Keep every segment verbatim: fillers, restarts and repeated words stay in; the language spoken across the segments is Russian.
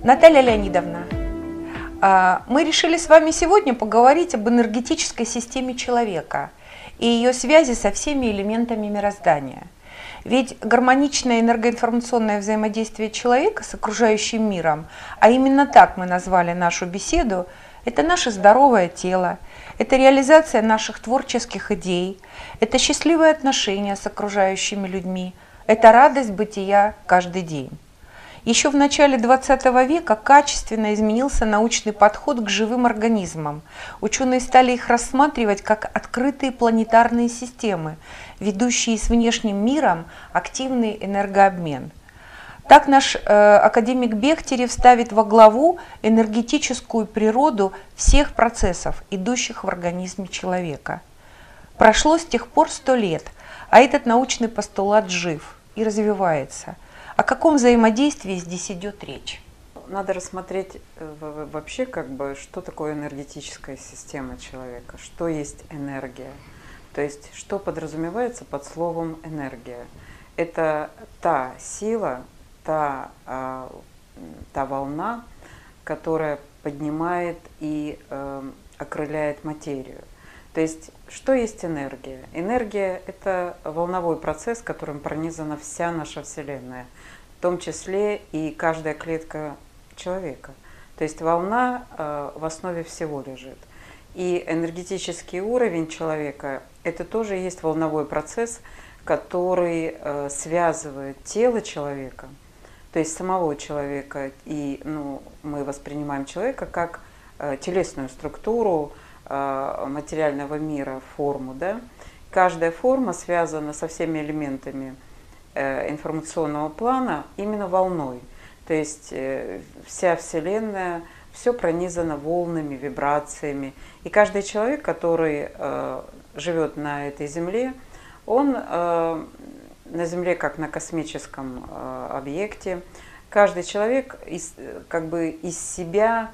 Наталья Леонидовна, мы решили с вами сегодня поговорить об энергетической системе человека и ее связи со всеми элементами мироздания. Ведь гармоничное энергоинформационное взаимодействие человека с окружающим миром, а именно так мы назвали нашу беседу, это наше здоровое тело, это реализация наших творческих идей, это счастливые отношения с окружающими людьми, это радость бытия каждый день. Еще в начале двадцатого века качественно изменился научный подход к живым организмам. Ученые стали их рассматривать как открытые планетарные системы, ведущие с внешним миром активный энергообмен. Так наш э, академик Бехтерев ставит во главу энергетическую природу всех процессов, идущих в организме человека. Прошло с тех пор сто лет, а этот научный постулат жив и развивается. О каком взаимодействии здесь идет речь? Надо рассмотреть вообще, как бы, что такое энергетическая система человека, что есть энергия. То есть, что подразумевается под словом энергия. Это та сила, та, та волна, которая поднимает и окрыляет материю. То есть, что есть энергия? Энергия – это волновой процесс, которым пронизана вся наша Вселенная, в том числе и каждая клетка человека. То есть волна э, в основе всего лежит. И энергетический уровень человека – это тоже есть волновой процесс, который э, связывает тело человека, то есть самого человека, и ну, мы воспринимаем человека как э, телесную структуру, материального мира, форму, да? Каждая форма связана со всеми элементами информационного плана именно волной. То есть вся Вселенная, все пронизано волнами, вибрациями. И каждый человек, который живет на этой Земле, он на Земле как на космическом объекте, каждый человек из, как бы из себя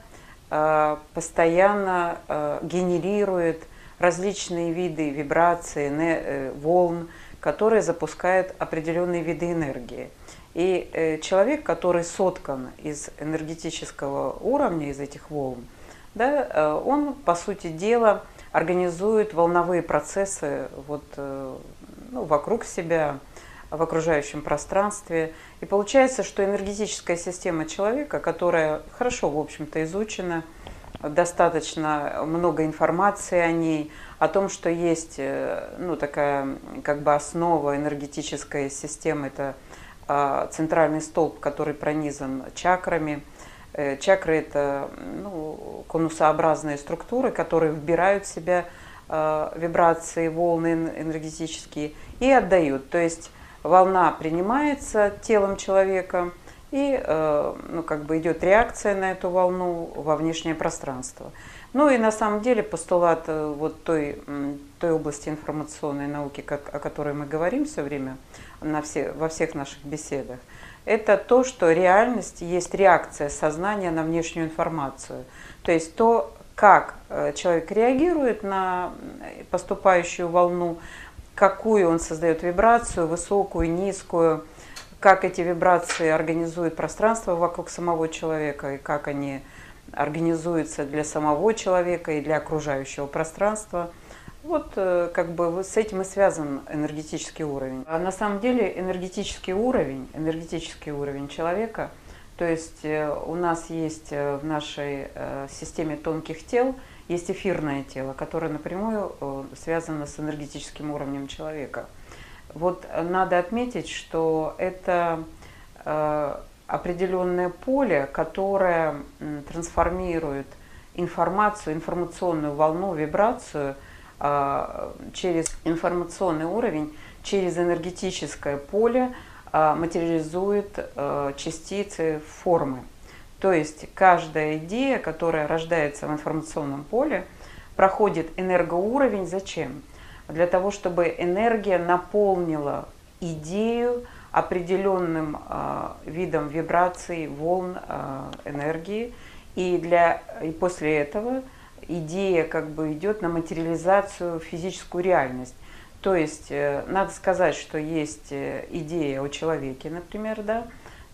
постоянно генерирует различные виды вибраций, волн, которые запускают определенные виды энергии. И человек, который соткан из энергетического уровня, из этих волн, да, он, по сути дела, организует волновые процессы вот, ну, вокруг себя, в окружающем пространстве. И получается, что энергетическая система человека, которая хорошо, в общем-то, изучена, достаточно много информации о ней, о том, что есть ну, такая как бы основа энергетической системы, это центральный столб, который пронизан чакрами. Чакры – это ну, конусообразные структуры, которые вбирают в себя вибрации, волны энергетические и отдают. То есть волна принимается телом человека, и ну, как бы идет реакция на эту волну во внешнее пространство. Ну и на самом деле постулат вот той, той области информационной науки, как, о которой мы говорим все время на все, во всех наших беседах, это то, что реальность есть реакция сознания на внешнюю информацию. То есть то, как человек реагирует на поступающую волну, какую он создает вибрацию, высокую, низкую, как эти вибрации организуют пространство вокруг самого человека, и как они организуются для самого человека и для окружающего пространства. Вот как бы с этим и связан энергетический уровень. А на самом деле энергетический уровень, энергетический уровень человека, то есть у нас есть в нашей системе тонких тел, есть эфирное тело, которое напрямую связано с энергетическим уровнем человека. Вот надо отметить, что это определенное поле, которое трансформирует информацию, информационную волну, вибрацию через информационный уровень, через энергетическое поле материализует частицы формы. То есть каждая идея, которая рождается в информационном поле, проходит энергоуровень. Зачем? Для того, чтобы энергия наполнила идею определенным э, видом вибраций, волн э, энергии. И, для, и после этого идея как бы идет на материализацию в физическую реальность. То есть э, надо сказать, что есть идея о человеке, например, да,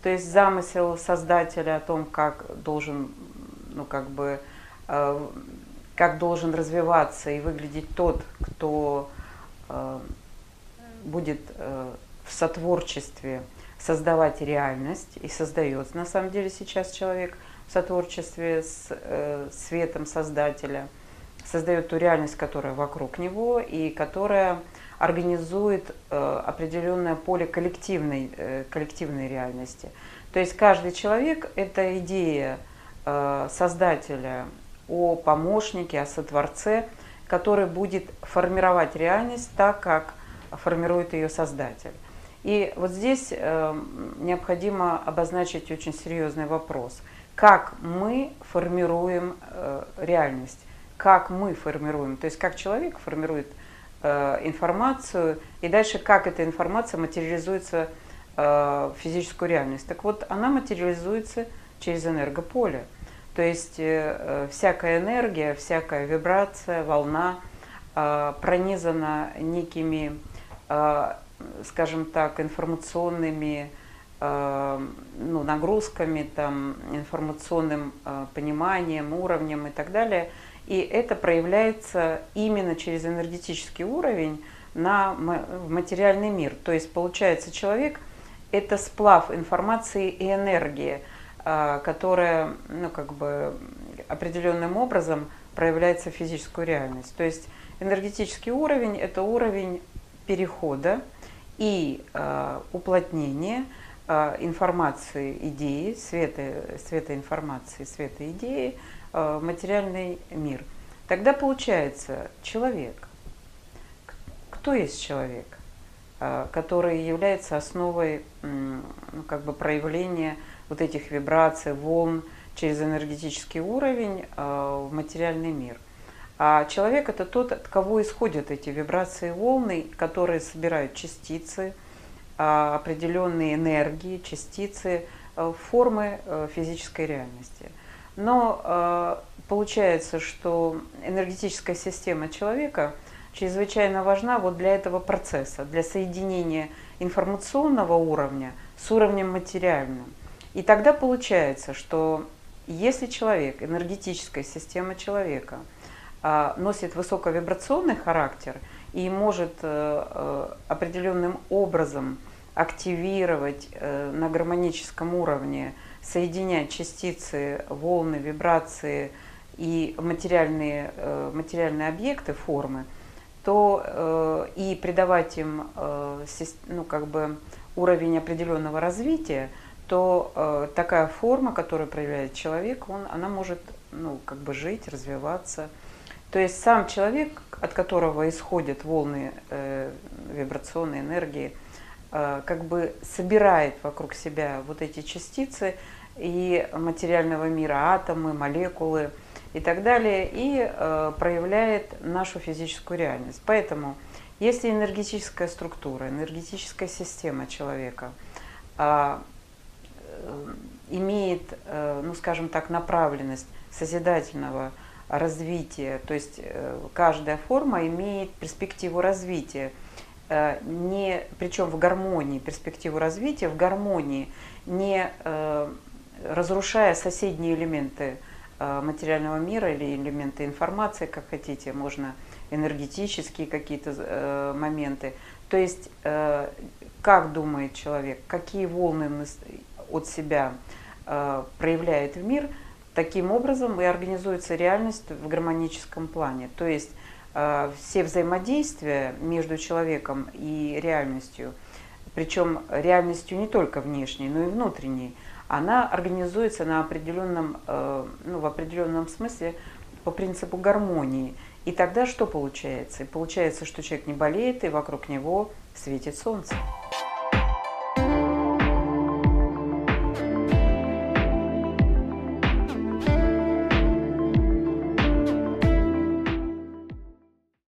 То есть замысел Создателя о том, как должен, ну, как бы, э, как должен развиваться и выглядеть тот, кто э, будет э, в сотворчестве создавать реальность, и создает на самом деле сейчас человек в сотворчестве с э, светом Создателя, создает ту реальность, которая вокруг него и которая организует э, определенное поле коллективной, э, коллективной реальности. То есть каждый человек – это идея э, Создателя о помощнике, о сотворце, который будет формировать реальность так, как формирует ее Создатель. И вот здесь э, необходимо обозначить очень серьезный вопрос. Как мы формируем э, реальность? Как мы формируем? То есть как человек формирует э, информацию, и дальше как эта информация материализуется э, в физическую реальность. Так вот, она материализуется через энергополе. То есть э, всякая энергия, всякая вибрация, волна э, пронизана некими, э, скажем так, информационными э, ну, нагрузками, там, информационным э, пониманием, уровнем и так далее. И это проявляется именно через энергетический уровень на, в материальный мир. То есть получается, человек – это сплав информации и энергии, э, которая, ну, как бы определенным образом проявляется в физическую реальность. То есть энергетический уровень – это уровень перехода и э, уплотнения э, информации, идеи, света, света информации, света идеи э, в материальный мир. Тогда получается человек. Кто есть человек, э, который является основой э, ну, как бы проявления вот этих вибраций, волн через энергетический уровень э, в материальный мир? А человек – это тот, от кого исходят эти вибрации, волны, которые собирают частицы, определенные энергии, частицы, формы физической реальности. Но получается, что энергетическая система человека чрезвычайно важна вот для этого процесса, для соединения информационного уровня с уровнем материальным. И тогда получается, что если человек, энергетическая система человека, носит высоковибрационный характер и может определенным образом активировать на гармоническом уровне, соединять частицы, волны, вибрации и материальные, материальные объекты, формы, то и придавать им, ну, как бы уровень определенного развития, то такая форма, которую проявляет человек, он, она может, ну, как бы жить, развиваться. То есть сам человек, от которого исходят волны э, вибрационной энергии, э, как бы собирает вокруг себя вот эти частицы и материального мира, атомы, молекулы и так далее, и э, проявляет нашу физическую реальность. Поэтому, если энергетическая структура, энергетическая система человека э, имеет, э, ну, скажем так, направленность созидательного развития, то есть каждая форма имеет перспективу развития, не, причем в гармонии, перспективу развития в гармонии, не разрушая соседние элементы материального мира или элементы информации, как хотите, можно энергетические какие-то моменты. То есть, как думает человек, какие волны от себя проявляет в мир, таким образом и организуется реальность в гармоническом плане. То есть э, все взаимодействия между человеком и реальностью, причем реальностью не только внешней, но и внутренней, она организуется на определенном, э, ну, в определенном смысле по принципу гармонии. И тогда что получается? И получается, что человек не болеет, и вокруг него светит солнце.